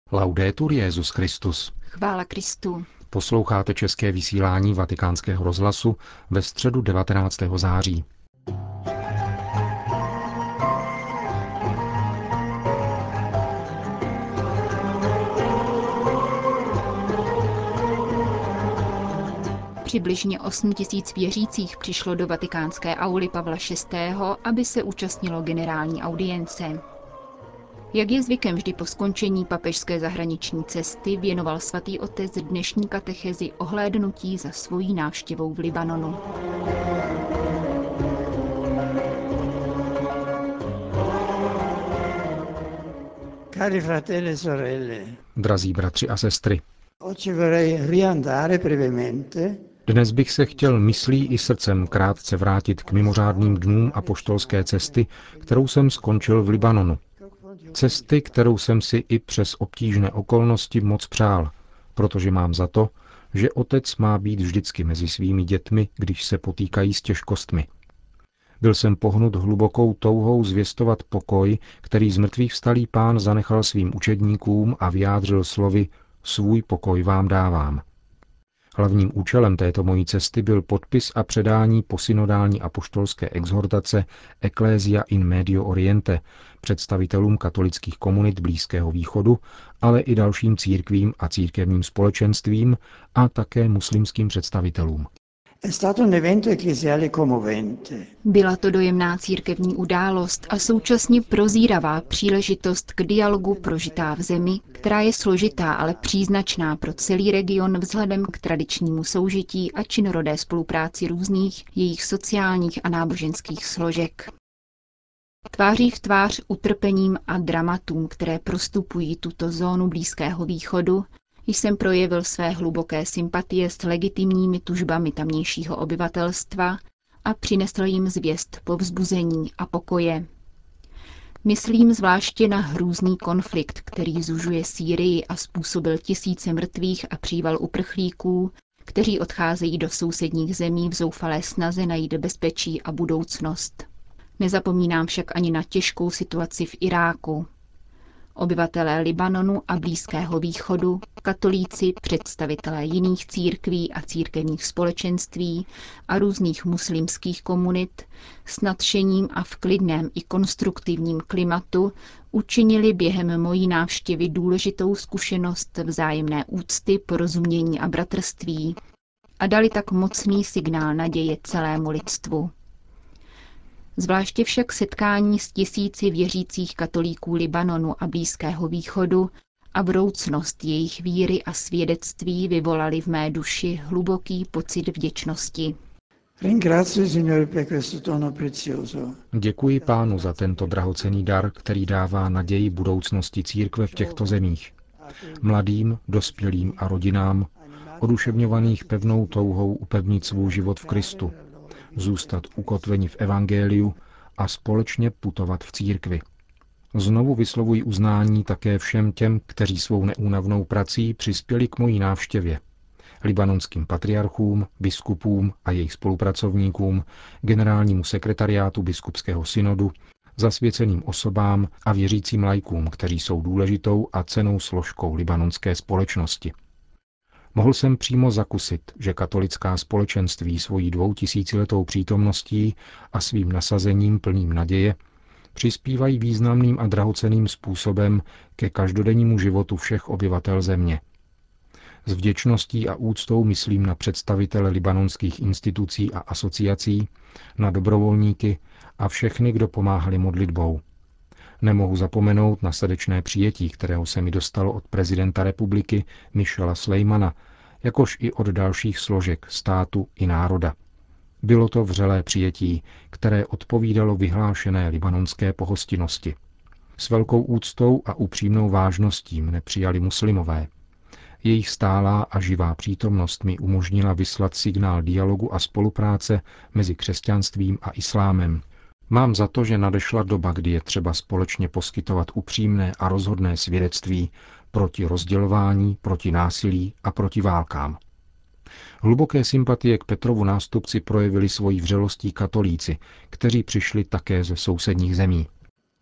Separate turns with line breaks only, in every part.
Laudetur Jesus Christus.
Chvála Kristu.
Posloucháte české vysílání Vatikánského rozhlasu ve středu 19. září.
Přibližně 8 000 věřících přišlo do vatikánské auly Pavla VI., aby se účastnilo generální audience. Jak je zvykem vždy po skončení papežské zahraniční cesty, věnoval svatý otec dnešní katechezi ohlédnutí za svojí návštěvou v Libanonu.
Cari fratelli e sorelle,
Drazí bratři a sestry,
oggi vorrei riandare brevemente
dnes bych se chtěl myslí i srdcem krátce vrátit k mimořádným dnům apoštolské cesty, kterou jsem skončil v Libanonu. Cesty, kterou jsem si i přes obtížné okolnosti moc přál, protože mám za to, že otec má být vždycky mezi svými dětmi, když se potýkají s těžkostmi. Byl jsem pohnut hlubokou touhou zvěstovat pokoj, který zmrtvých vstalý Pán zanechal svým učedníkům a vyjádřil slovy svůj pokoj vám dávám. Hlavním účelem této mojí cesty byl podpis a předání posynodální apoštolské exhortace Ecclesia in Medio Oriente představitelům katolických komunit Blízkého východu, ale i dalším církvím a církevním společenstvím a také muslimským představitelům.
è stato un evento ecclesiale commovente.
Byla to dojemná církevní událost a současně prozíravá příležitost k dialogu prožitá v zemi, která je složitá, ale příznačná pro celý region vzhledem k tradičnímu soužití a činorodé spolupráci různých jejich sociálních a náboženských složek. Tváří v tvář utrpením a dramatům, které prostupují tuto zónu Blízkého východu, jsem projevil své hluboké sympatie s legitimními tužbami tamnějšího obyvatelstva a přinesl jim zvěst povzbuzení a pokoje. Myslím zvláště na hrůzný konflikt, který zužuje Sýrii a způsobil tisíce mrtvých a příval uprchlíků, kteří odcházejí do sousedních zemí v zoufalé snaze najít bezpečí a budoucnost. Nezapomínám však ani na těžkou situaci v Iráku. Obyvatelé Libanonu a Blízkého východu, katolíci, představitelé jiných církví a církevních společenství a různých muslimských komunit s nadšením a v klidném i konstruktivním klimatu učinili během mojí návštěvy důležitou zkušenost vzájemné úcty, porozumění a bratrství a dali tak mocný signál naděje celému lidstvu. Zvláště však setkání s tisíci věřících katolíků Libanonu a Blízkého východu a vroucnost jejich víry a svědectví vyvolali v mé duši hluboký pocit vděčnosti.
Děkuji Pánu za tento drahocenný dar, který dává naději budoucnosti církve v těchto zemích. Mladým, dospělým a rodinám, oduševňovaných pevnou touhou upevnit svůj život v Kristu, zůstat ukotveni v evangeliu a společně putovat v církvi. Znovu vyslovuji uznání také všem těm, kteří svou neúnavnou prací přispěli k mojí návštěvě. Libanonským patriarchům, biskupům a jejich spolupracovníkům, generálnímu sekretariátu biskupského synodu, zasvěceným osobám a věřícím laikům, kteří jsou důležitou a cennou složkou libanonské společnosti. Mohl jsem přímo zakusit, že katolická společenství svojí 2000letou přítomností a svým nasazením plným naděje přispívají významným a drahocenným způsobem ke každodennímu životu všech obyvatel země. S vděčností a úctou myslím na představitele libanonských institucí a asociací, na dobrovolníky a všechny, kdo pomáhali modlitbou. Nemohu zapomenout na srdečné přijetí, kterého se mi dostalo od prezidenta republiky Michela Slejmana, jakož i od dalších složek státu i národa. Bylo to vřelé přijetí, které odpovídalo vyhlášené libanonské pohostinnosti. S velkou úctou a upřímnou vážností mne přijali muslimové. Jejich stálá a živá přítomnost mi umožnila vyslat signál dialogu a spolupráce mezi křesťanstvím a islámem. Mám za to, že nadešla doba, kdy je třeba společně poskytovat upřímné a rozhodné svědectví proti rozdělování, proti násilí a proti válkám. Hluboké sympatie k Petrovu nástupci projevili svojí vřelostí katolíci, kteří přišli také ze sousedních zemí.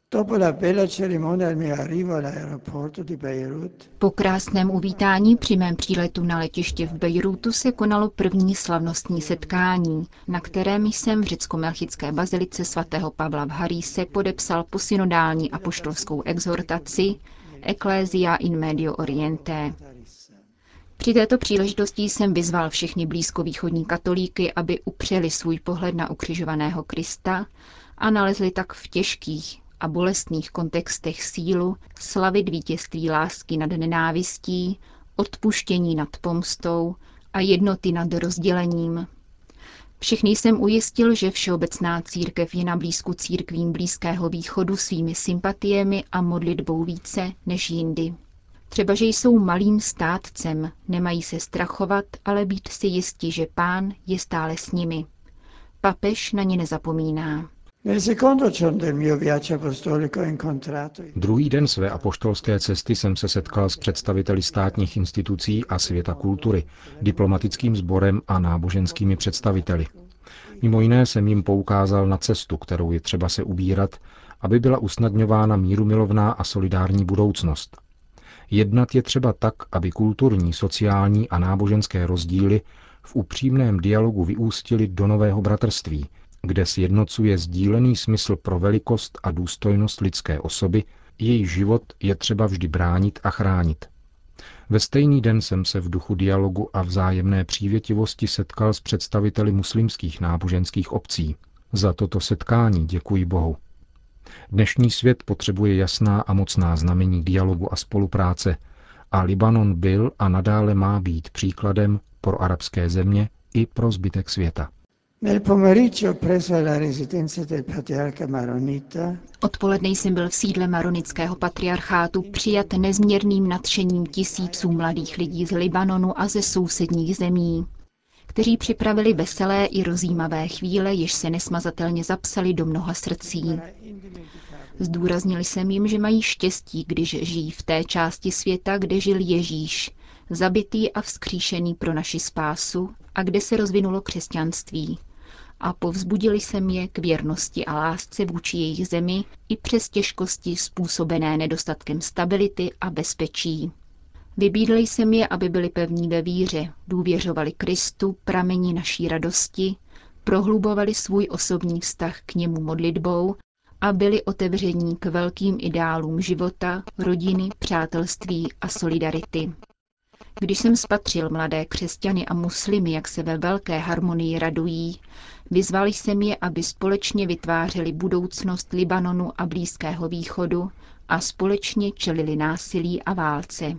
Po krásném uvítání při mém příletu na letiště v Bejrútu se konalo první slavnostní setkání, na kterém jsem v řecko-melchické bazilice svatého Pavla v Harise podepsal posynodální apoštolskou exhortaci Ecclesia in Medio Oriente. Při této příležitosti jsem vyzval všechny blízkovýchodní katolíky, aby upřeli svůj pohled na ukřižovaného Krista a nalezli tak v těžkých a bolestných kontextech sílu slavit vítězství lásky nad nenávistí, odpuštění nad pomstou a jednoty nad rozdělením. Všechny jsem ujistil, že všeobecná církev je na blízku církvím Blízkého východu svými sympatiemi a modlitbou více než jindy. Třeba, že jsou malým státcem, nemají se strachovat, ale být si jisti, že Pán je stále s nimi. Papež na ně nezapomíná.
Druhý den své apoštolské cesty jsem se setkal s představiteli státních institucí a světa kultury, diplomatickým sborem a náboženskými představiteli. Mimo jiné jsem jim poukázal na cestu, kterou je třeba se ubírat, aby byla usnadňována mírumilovná a solidární budoucnost. Jednat je třeba tak, aby kulturní, sociální a náboženské rozdíly v upřímném dialogu vyústily do nového bratrství, kde sjednocuje sdílený smysl pro velikost a důstojnost lidské osoby, její život je třeba vždy bránit a chránit. Ve stejný den jsem se v duchu dialogu a vzájemné přívětivosti setkal s představiteli muslimských náboženských obcí. Za toto setkání děkuji Bohu. Dnešní svět potřebuje jasná a mocná znamení dialogu a spolupráce a Libanon byl a nadále má být příkladem pro arabské země i pro zbytek světa.
Odpoledne jsem byl v sídle maronického patriarchátu přijat nezměrným nadšením tisíců mladých lidí z Libanonu a ze sousedních zemí, kteří připravili veselé i rozjímavé chvíle, jež se nesmazatelně zapsaly do mnoha srdcí. Zdůraznil jsem jim, že mají štěstí, když žijí v té části světa, kde žil Ježíš, zabitý a vzkříšený pro naši spásu a kde se rozvinulo křesťanství. A povzbudili jsem je k věrnosti a lásce vůči jejich zemi i přes těžkosti způsobené nedostatkem stability a bezpečí. Vybídl jsem je, aby byli pevní ve víře, důvěřovali Kristu, prameni naší radosti, prohlubovali svůj osobní vztah k němu modlitbou a byli otevření k velkým ideálům života, rodiny, přátelství a solidarity. Když jsem spatřil mladé křesťany a muslimy, jak se ve velké harmonii radují, vyzval jsem je, aby společně vytvářeli budoucnost Libanonu a Blízkého východu a společně čelili násilí a válce.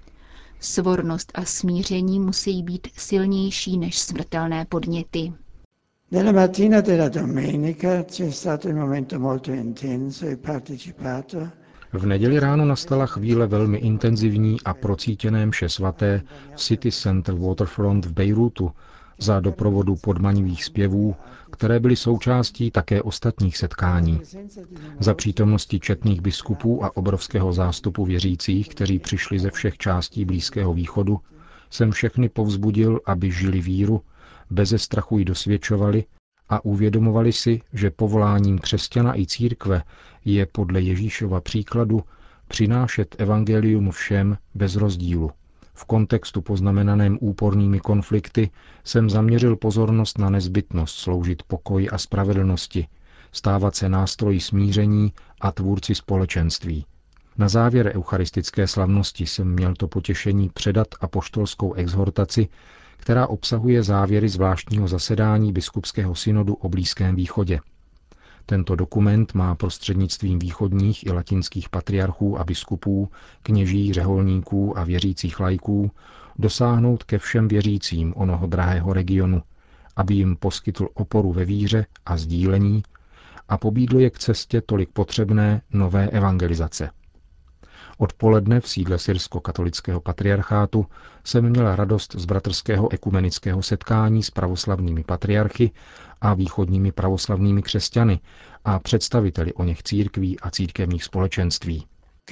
Svornost a smíření musí být silnější než smrtelné podněty.
Nella mattina della domenica c'è stato un momento molto intenso e partecipato.
V neděli ráno nastala chvíle velmi intenzivní a procítěné mše svaté v City Center Waterfront v Bejrútu za doprovodu podmanivých zpěvů, které byly součástí také ostatních setkání. Za přítomnosti četných biskupů a obrovského zástupu věřících, kteří přišli ze všech částí Blízkého východu, jsem všechny povzbudil, aby žili víru, beze strachu ji dosvědčovali a uvědomovali si, že povoláním křesťana i církve je podle Ježíšova příkladu přinášet evangelium všem bez rozdílu. V kontextu poznamenaném úpornými konflikty jsem zaměřil pozornost na nezbytnost sloužit pokoji a spravedlnosti, stávat se nástroji smíření a tvůrci společenství. Na závěr eucharistické slavnosti jsem měl to potěšení předat apoštolskou exhortaci, která obsahuje závěry zvláštního zasedání biskupského synodu o Blízkém východě. Tento dokument má prostřednictvím východních i latinských patriarchů a biskupů, kněží, řeholníků a věřících laiků dosáhnout ke všem věřícím onoho drahého regionu, aby jim poskytl oporu ve víře a sdílení a pobídl je k cestě tolik potřebné nové evangelizace. Odpoledne v sídle syrsko-katolického patriarchátu jsem měla radost z bratrského ekumenického setkání s pravoslavnými patriarchy a východními pravoslavnými křesťany a představiteli oněch církví a církevních společenství.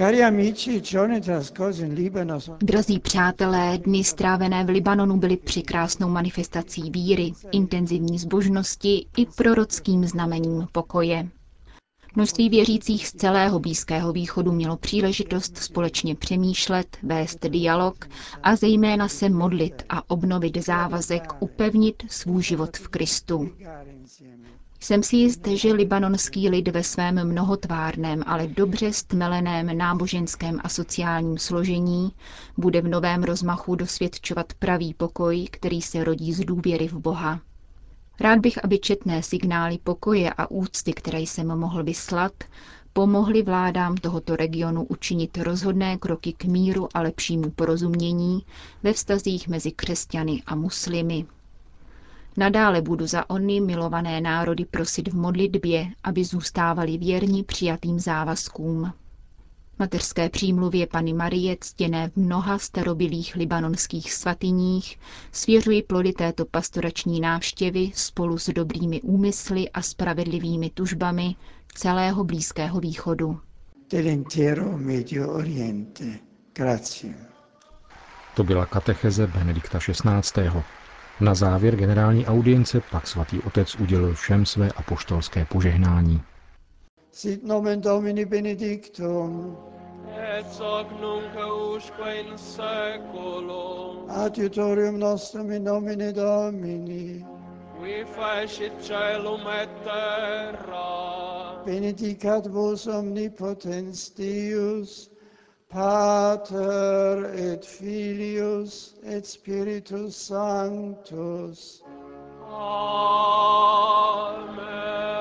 Drazí přátelé, dny strávené v Libanonu byly překrásnou manifestací víry, intenzivní zbožnosti i prorockým znamením pokoje. Množství věřících z celého Blízkého východu mělo příležitost společně přemýšlet, vést dialog a zejména se modlit a obnovit závazek upevnit svůj život v Kristu. Jsem si jist, že libanonský lid ve svém mnohotvárném, ale dobře stmeleném náboženském a sociálním složení bude v novém rozmachu dosvědčovat pravý pokoj, který se rodí z důvěry v Boha. Rád bych, aby četné signály pokoje a úcty, které jsem mohl vyslat, pomohly vládám tohoto regionu učinit rozhodné kroky k míru a lepšímu porozumění ve vztazích mezi křesťany a muslimy. Nadále budu za ony milované národy prosit v modlitbě, aby zůstávali věrni přijatým závazkům. Mateřské přímluvě Panny Marie, ctěné v mnoha starobylých libanonských svatyních, svěřuji plody této pastorační návštěvy spolu s dobrými úmysly a spravedlivými tužbami celého Blízkého východu.
To byla katecheze Benedikta XVI. Na závěr generální audience pak svatý otec udělil všem své apoštolské požehnání.
Sit nomen Domini benedictum.
Et hoc nunc usque in saeculum.
Adiutorium nostrum in nomine Domini.
Qui facit caelum et terra.
Benedicat vos omnipotens Deus, Pater et Filius et Spiritus Sanctus.
Amen.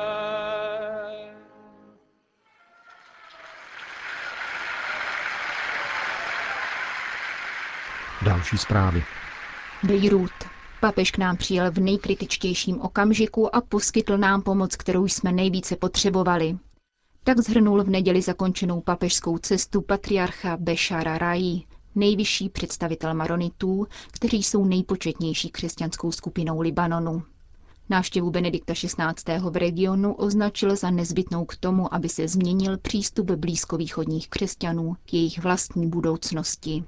Další zprávy.
Bejrút. Papež k nám přijel v nejkritičtějším okamžiku a poskytl nám pomoc, kterou jsme nejvíce potřebovali. Tak shrnul v neděli zakončenou papežskou cestu patriarcha Bešara Raji, nejvyšší představitel Maronitů, kteří jsou nejpočetnější křesťanskou skupinou Libanonu. Návštěvu Benedikta XVI. V regionu označil za nezbytnou k tomu, aby se změnil přístup blízkovýchodních křesťanů k jejich vlastní budoucnosti.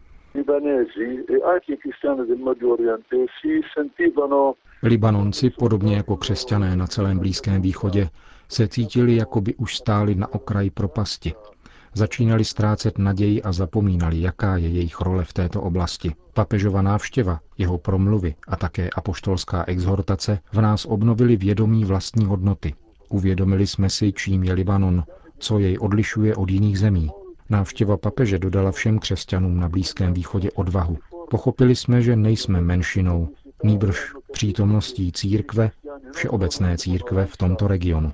Libanonci, podobně jako křesťané na celém Blízkém východě, se cítili, jako by už stáli na okraji propasti. Začínali ztrácet naději a zapomínali, jaká je jejich role v této oblasti. Papežova návštěva, jeho promluvy a také apoštolská exhortace v nás obnovili vědomí vlastní hodnoty. Uvědomili jsme si, čím je Libanon, co jej odlišuje od jiných zemí. Návštěva papeže dodala všem křesťanům na Blízkém východě odvahu. Pochopili jsme, že nejsme menšinou, nýbrž přítomností církve, všeobecné církve v tomto regionu.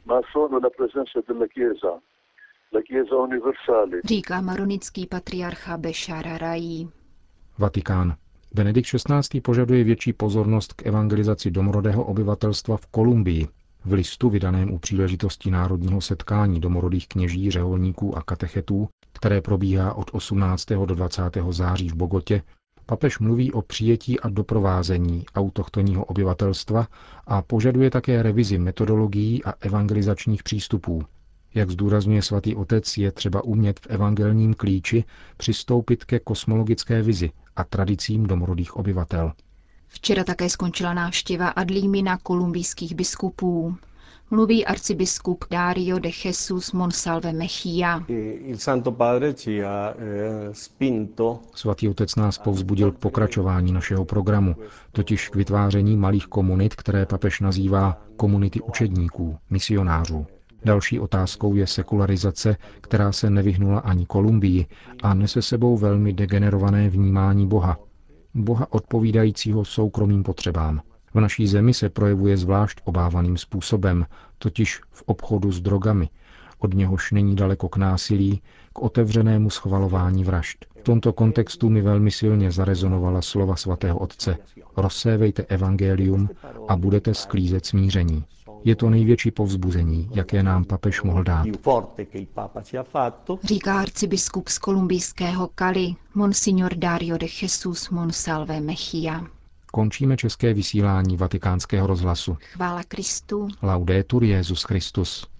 Říká maronický patriarcha Bešara Raji.
Vatikán. Benedikt XVI. Požaduje větší pozornost k evangelizaci domorodého obyvatelstva v Kolumbii. V listu vydaném u příležitosti národního setkání domorodých kněží, řeholníků a katechetů, které probíhá od 18. do 20. září v Bogotě, papež mluví o přijetí a doprovázení autochtonního obyvatelstva a požaduje také revizi metodologií a evangelizačních přístupů. Jak zdůrazňuje svatý otec, je třeba umět v evangelním klíči přistoupit ke kosmologické vizi a tradicím domorodých obyvatel.
Včera také skončila návštěva Adlímina kolumbijských biskupů. Mluví arcibiskup Dario de Jesus Monsalve Mejía.
Svatý otec nás povzbudil k pokračování našeho programu, totiž k vytváření malých komunit, které papež nazývá komunity učedníků, misionářů. Další otázkou je sekularizace, která se nevyhnula ani Kolumbii a nese sebou velmi degenerované vnímání Boha. Boha odpovídajícího soukromým potřebám. V naší zemi se projevuje zvlášť obávaným způsobem, totiž v obchodu s drogami, od něhož není daleko k násilí, k otevřenému schvalování vražd. V tomto kontextu mi velmi silně zarezonovala slova svatého otce. Rozsévejte evangelium a budete sklízet smíření. Je to největší povzbuzení, jaké nám papež mohl dát.
Říká arcibiskup z kolumbijského Cali, monsignor Dario de Jesus Monsalve Mejía.
Končíme české vysílání Vatikánského rozhlasu.
Chvála Kristu.
Laudetur Jesus Christus.